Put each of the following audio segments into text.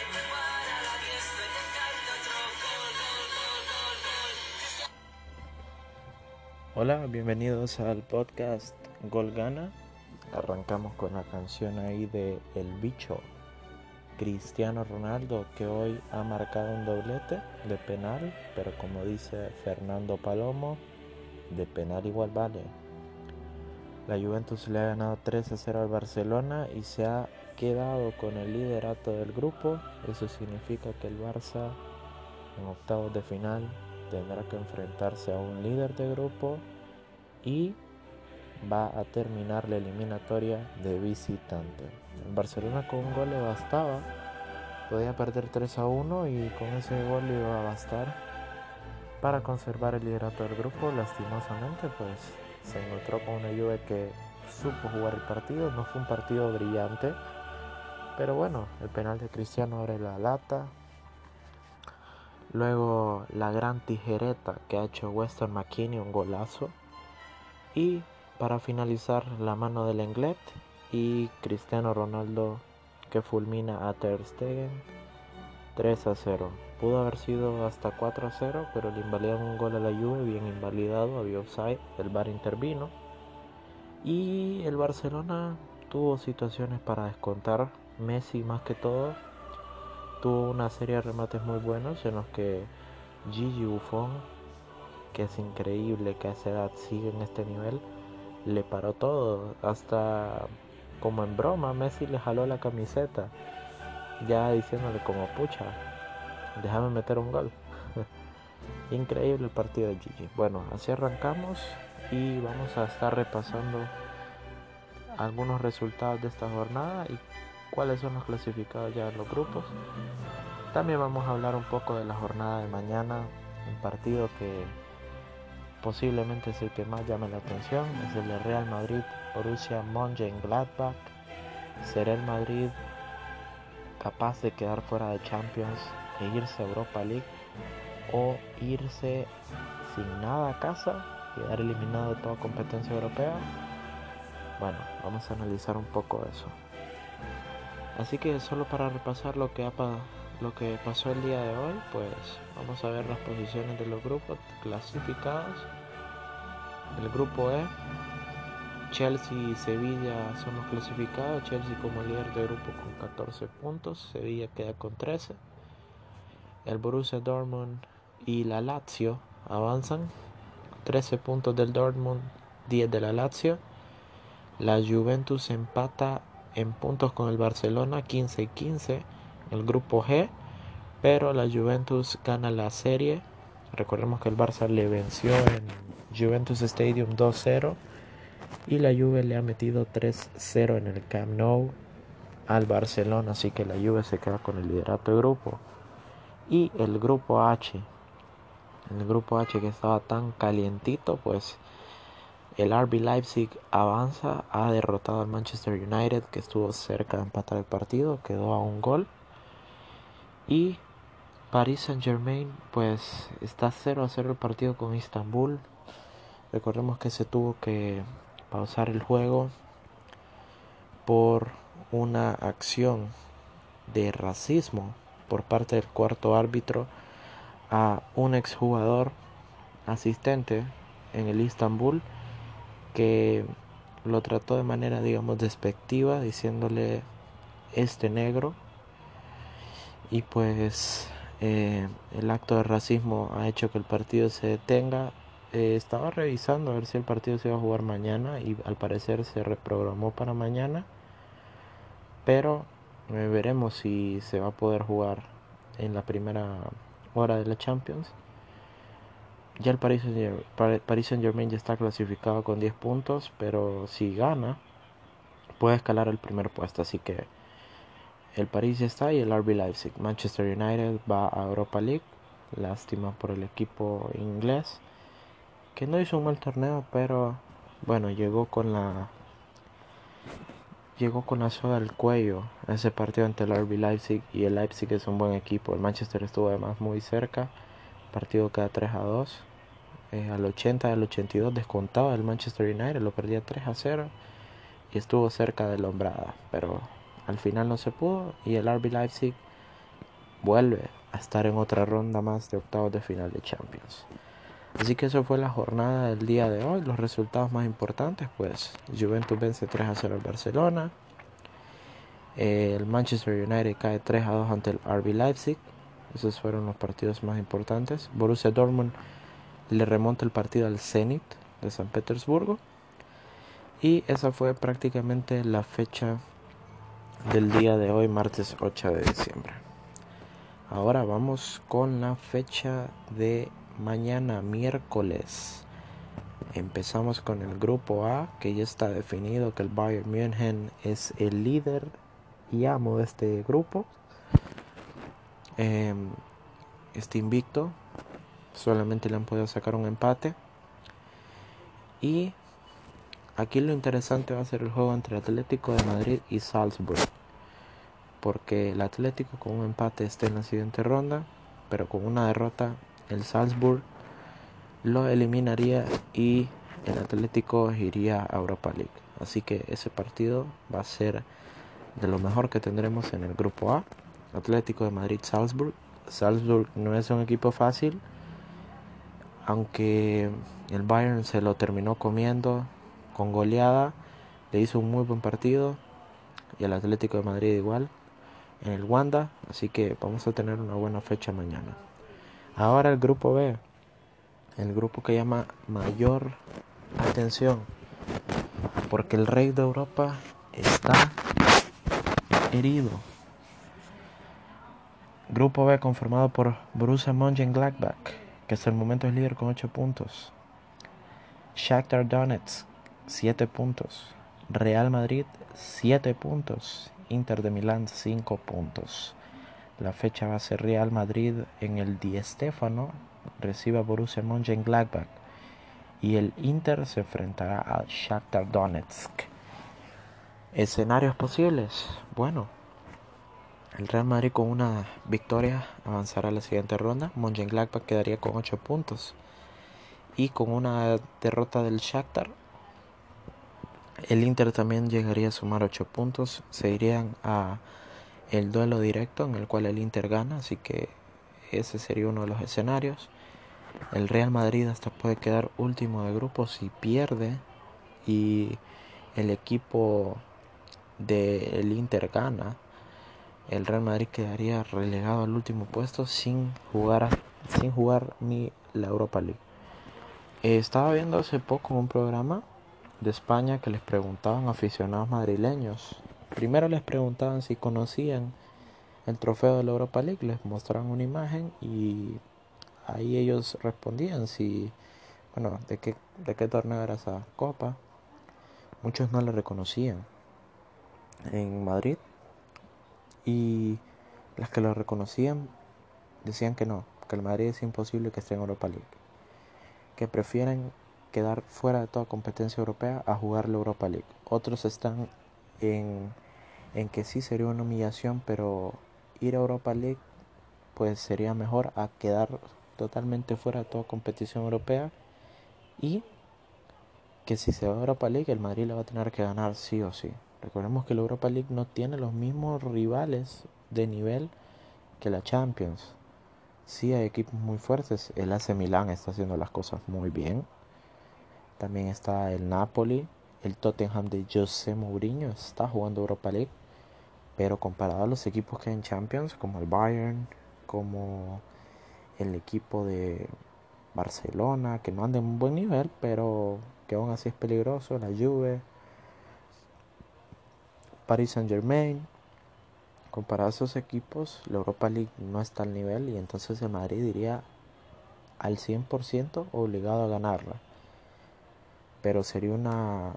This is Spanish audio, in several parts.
Hola, bienvenidos al podcast Gol Gana. Arrancamos con la canción ahí de El Bicho, Cristiano Ronaldo, que hoy ha marcado un doblete de penal, pero como dice Fernando Palomo, de penal igual vale. La Juventus le ha ganado 3-0 al Barcelona y se ha quedado con el liderato del grupo. Eso significa que el Barça en octavos de final tendrá que enfrentarse a un líder de grupo y va a terminar la eliminatoria de visitante. El Barcelona con un gol le bastaba, podía perder 3-1 y con ese gol le iba a bastar para conservar el liderato del grupo. Lastimosamente pues se encontró con una Juve que supo jugar el partido. No fue un partido brillante, pero bueno, el penal de Cristiano abre la lata. Luego la gran tijereta que ha hecho Weston McKennie, un golazo. Y para finalizar, la mano del Lenglet y Cristiano Ronaldo que fulmina a Ter Stegen 3-0. Pudo haber sido hasta 4-0, pero le invalidaron un gol a la Juve, bien invalidado, había offside, el VAR intervino. Y el Barcelona tuvo situaciones para descontar. Messi más que todo tuvo una serie de remates muy buenos en los que Gigi Buffon, que es increíble que a esa edad sigue en este nivel, le paró todo. Hasta como en broma Messi le jaló la camiseta, ya diciéndole como pucha, déjame meter un gol. Increíble el partido de Gigi. Bueno, así arrancamos y vamos a estar repasando algunos resultados de esta jornada y cuáles son los clasificados ya en los grupos. También vamos a hablar un poco de la jornada de mañana, un partido que posiblemente es el que más llama la atención, es el de Real Madrid Borussia Mönchengladbach. ¿Será el Madrid capaz de quedar fuera de Champions e irse a Europa League, o irse sin nada a casa, quedar eliminado de toda competencia europea? Bueno, vamos a analizar un poco eso. Así que solo para repasar lo que pasó el día de hoy, pues vamos a ver las posiciones de los grupos clasificados. El grupo E, Chelsea y Sevilla son los clasificados. Chelsea como líder de grupo con 14 puntos, Sevilla queda con 13. El Borussia Dortmund y la Lazio avanzan, 13 puntos del Dortmund, 10 de la Lazio. La Juventus empata en puntos con el Barcelona, 15 y 15, el grupo G, pero la Juventus gana la serie. Recordemos que el Barça le venció en Juventus Stadium 2-0 y la Juve le ha metido 3-0 en el Camp Nou al Barcelona, así que la Juve se queda con el liderato de grupo. Y el grupo H, que estaba tan calientito, pues el RB Leipzig avanza, ha derrotado al Manchester United, que estuvo cerca de empatar el partido, quedó a un gol. Y Paris Saint-Germain pues está 0-0 el partido con Istanbul. Recordemos que se tuvo que pausar el juego por una acción de racismo por parte del cuarto árbitro a un exjugador asistente en el Istanbul, que lo trató de manera, digamos, despectiva, diciéndole este negro. Y pues el acto de racismo ha hecho que el partido se detenga. Estaba revisando a ver si el partido se iba a jugar mañana y al parecer se reprogramó para mañana, pero veremos si se va a poder jugar en la primera hora de la Champions. Ya el Paris Saint-Germain ya está clasificado con 10 puntos, pero si gana puede escalar el primer puesto, así que el París ya está y el RB Leipzig. Manchester United va a Europa League. Lástima por el equipo inglés, que no hizo un mal torneo, pero bueno, llegó con la soga al cuello a ese partido ante el RB Leipzig, y el Leipzig es un buen equipo. El Manchester estuvo además muy cerca. El partido queda 3-2. Al 80 y al 82 descontaba el Manchester United, lo perdía 3-0 y estuvo cerca de la hombrada, pero al final no se pudo y el RB Leipzig vuelve a estar en otra ronda más de octavos de final de Champions. Así que eso fue la jornada del día de hoy. Los resultados más importantes, pues Juventus vence 3-0 al Barcelona. El Manchester United cae 3-2 ante el RB Leipzig. Esos fueron los partidos más importantes. Borussia Dortmund le remonta el partido al Zenit de San Petersburgo. Y esa fue prácticamente la fecha del día de hoy, martes 8 de diciembre. Ahora vamos con la fecha de mañana, miércoles. Empezamos con el grupo A, que ya está definido que el Bayern München es el líder y amo de este grupo. Está invicto, solamente le han podido sacar un empate. Y aquí lo interesante va a ser el juego entre Atlético de Madrid y Salzburg, porque el Atlético con un empate está en la siguiente ronda, pero con una derrota el Salzburg lo eliminaría y el Atlético iría a Europa League. Así que ese partido va a ser de lo mejor que tendremos en el grupo A. Atlético de Madrid, Salzburg. Salzburg no es un equipo fácil, aunque el Bayern se lo terminó comiendo con goleada. Le hizo un muy buen partido y el Atlético de Madrid igual en el Wanda, así que vamos a tener una buena fecha mañana. Ahora el grupo B, el grupo que llama mayor atención, porque el rey de Europa está herido. Grupo B conformado por Borussia Mönchengladbach, que hasta el momento es líder con 8 puntos. Shakhtar Donetsk, 7 puntos. Real Madrid, 7 puntos. Inter de Milán, 5 puntos. La fecha va a ser Real Madrid en el Di Stéfano, recibe a Borussia Mönchengladbach. Y el Inter se enfrentará al Shakhtar Donetsk. Escenarios posibles. Bueno, el Real Madrid con una victoria avanzará a la siguiente ronda. Mönchengladbach quedaría con 8 puntos. Y con una derrota del Shakhtar, el Inter también llegaría a sumar 8 puntos. Se irían a el duelo directo en el cual el Inter gana. Así que ese sería uno de los escenarios. El Real Madrid hasta puede quedar último de grupo si pierde y el equipo del Inter gana. El Real Madrid quedaría relegado al último puesto sin jugar ni la Europa League. Estaba viendo hace poco un programa de España que les preguntaban a aficionados madrileños. Primero les preguntaban si conocían el trofeo de la Europa League, les mostraban una imagen y ahí ellos respondían de qué torneo era esa copa. Muchos no la reconocían en Madrid y las que lo reconocían decían que no, que el Madrid es imposible que esté en Europa League, que prefieren quedar fuera de toda competencia europea a jugar la Europa League. Otros están en que sí sería una humillación, pero ir a Europa League pues sería mejor a quedar totalmente fuera de toda competición europea, y que si se va a Europa League el Madrid le va a tener que ganar sí o sí. Recordemos que la Europa League no tiene los mismos rivales de nivel que la Champions. Sí hay equipos muy fuertes. El AC Milán está haciendo las cosas muy bien. También está el Napoli. El Tottenham de José Mourinho está jugando Europa League. Pero comparado a los equipos que hay en Champions, como el Bayern, como el equipo de Barcelona, que no anda en un buen nivel, pero que aún así es peligroso, la Juve, Paris Saint-Germain, comparado a esos equipos, la Europa League no está al nivel y entonces el Madrid iría al 100% obligado a ganarla. Pero sería un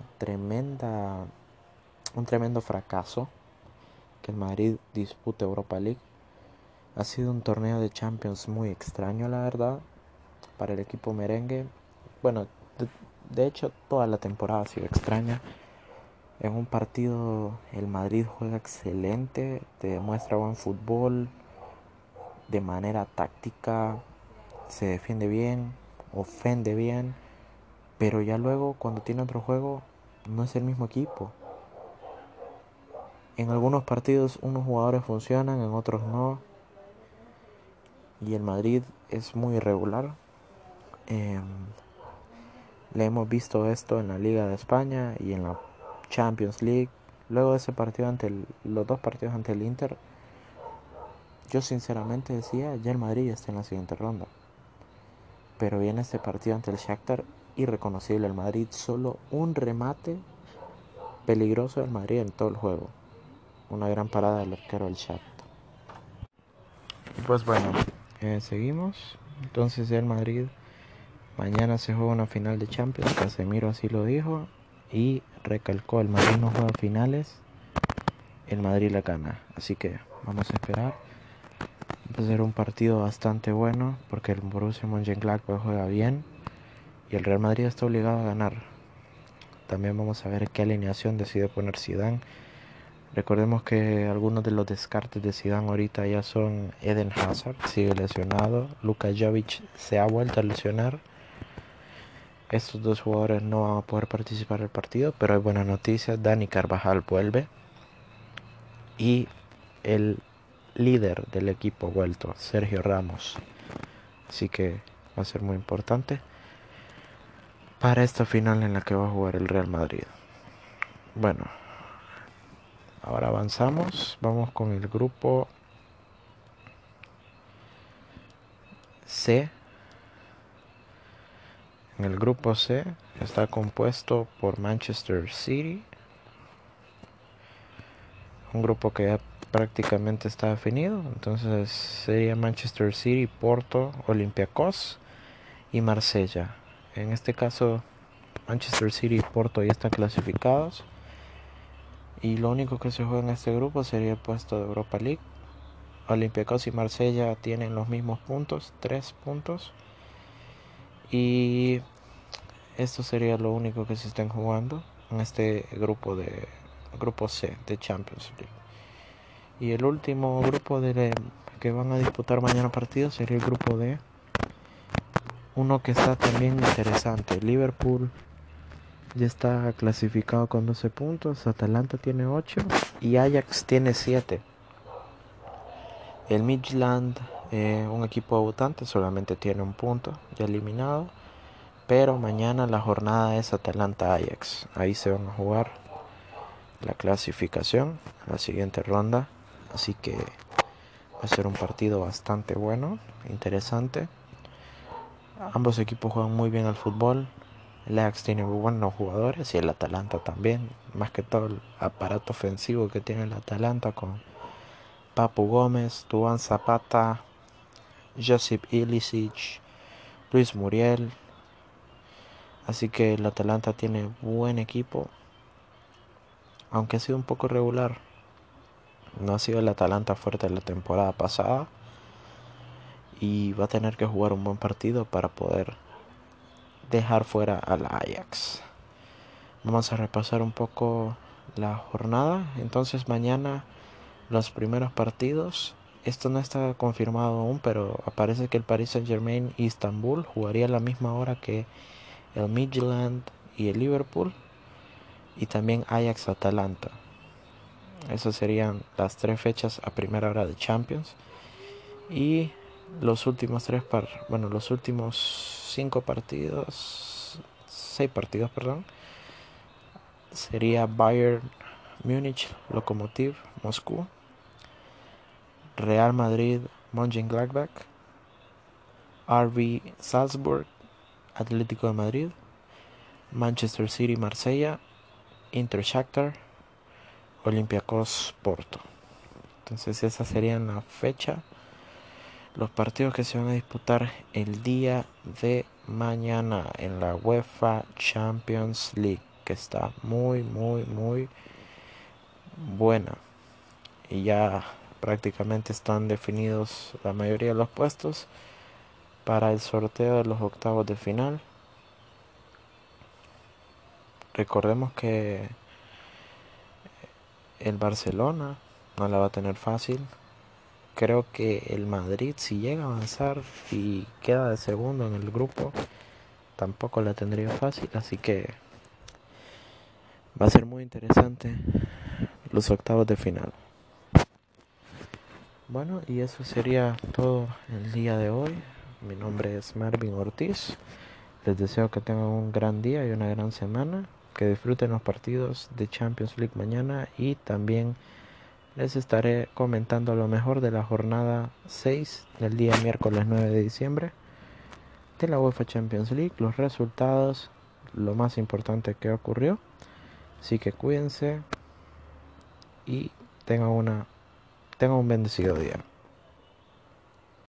tremendo fracaso que el Madrid dispute Europa League. Ha sido un torneo de Champions muy extraño, la verdad, para el equipo merengue. Bueno, de hecho toda la temporada ha sido extraña. En un partido el Madrid juega excelente, te demuestra buen fútbol, de manera táctica, se defiende bien, ofende bien, pero ya luego cuando tiene otro juego no es el mismo equipo. En algunos partidos unos jugadores funcionan, en otros no. y el Madrid es muy irregular. Le hemos visto esto en la Liga de España y en la Champions League. Luego de ese partido los dos partidos ante el Inter, yo sinceramente decía, ya el Madrid está en la siguiente ronda. Pero viene este partido ante el Shakhtar, irreconocible el Madrid, solo un remate peligroso del Madrid en todo el juego. Una gran parada del arquero del Shakhtar. Pues bueno, seguimos. Entonces el Madrid mañana se juega una final de Champions. Casemiro así lo dijo y recalcó, el Madrid no juega finales, el Madrid la gana. Así que vamos a esperar. Va a ser un partido bastante bueno porque el Borussia Mönchengladbach juega bien y el Real Madrid está obligado a ganar. También vamos a ver qué alineación decide poner Zidane. Recordemos que algunos de los descartes de Zidane ahorita ya son Eden Hazard, sigue lesionado, Luka Jovic se ha vuelto a lesionar. Estos dos jugadores no van a poder participar del partido, pero hay buenas noticias, Dani Carvajal vuelve y el líder del equipo vuelto, Sergio Ramos. Así que va a ser muy importante para esta final en la que va a jugar el Real Madrid. Bueno, ahora avanzamos, vamos con el grupo C. En el grupo C está compuesto por Manchester City, un grupo que ya prácticamente está definido, entonces sería Manchester City, Porto, Olympiacos y Marsella. En este caso Manchester City y Porto ya están clasificados y lo único que se juega en este grupo sería el puesto de Europa League. Olympiacos y Marsella tienen los mismos puntos, 3 puntos, y esto sería lo único que se estén jugando en este grupo C de Champions League. Y el último grupo que van a disputar mañana partidos sería el grupo D, uno que está también interesante. Liverpool ya está clasificado con 12 puntos, Atalanta tiene 8 y Ajax tiene 7. El Midtjylland, un equipo debutante, solamente tiene un punto, ya eliminado. Pero mañana la jornada es Atalanta-Ajax. Ahí se van a jugar la clasificación, la siguiente ronda. Así que va a ser un partido bastante bueno, interesante. Ambos equipos juegan muy bien al fútbol. El Ajax tiene muy buenos jugadores y el Atalanta también. Más que todo el aparato ofensivo que tiene el Atalanta con Papu Gómez, Duván Zapata, Josip Ilicic, Luis Muriel. Así que el Atalanta tiene buen equipo, aunque ha sido un poco regular. No ha sido el Atalanta fuerte la temporada pasada y va a tener que jugar un buen partido para poder dejar fuera al Ajax. Vamos a repasar un poco la jornada. Entonces mañana los primeros partidos. Esto no está confirmado aún, pero parece que el Paris Saint-Germain y Estambul jugaría a la misma hora que el Midtjylland y el Liverpool, y también Ajax-Atalanta. Esas serían las 3 fechas a primera hora de Champions. Y los últimos los últimos 5 partidos, 6 partidos, perdón, sería Bayern Múnich, Lokomotiv Moscú, Real Madrid Mönchengladbach, RB Salzburg, Atlético de Madrid, Manchester City Marsella, Inter Shakhtar, Olympiacos Porto. Entonces esa sería la fecha, los partidos que se van a disputar el día de mañana en la UEFA Champions League, que está muy buena y ya prácticamente están definidos la mayoría de los puestos para el sorteo de los octavos de final. Recordemos que el Barcelona no la va a tener fácil. Creo que el Madrid, si llega a avanzar y queda de segundo en el grupo, tampoco la tendría fácil, así que va a ser muy interesante los octavos de final. Bueno, y eso sería todo el día de hoy. Mi nombre es Marvin Ortiz. Les deseo que tengan un gran día y una gran semana, que disfruten los partidos de Champions League mañana y también les estaré comentando lo mejor de la jornada 6 del día miércoles 9 de diciembre de la UEFA Champions League, los resultados, lo más importante que ocurrió. Así que cuídense y tengan un bendecido día.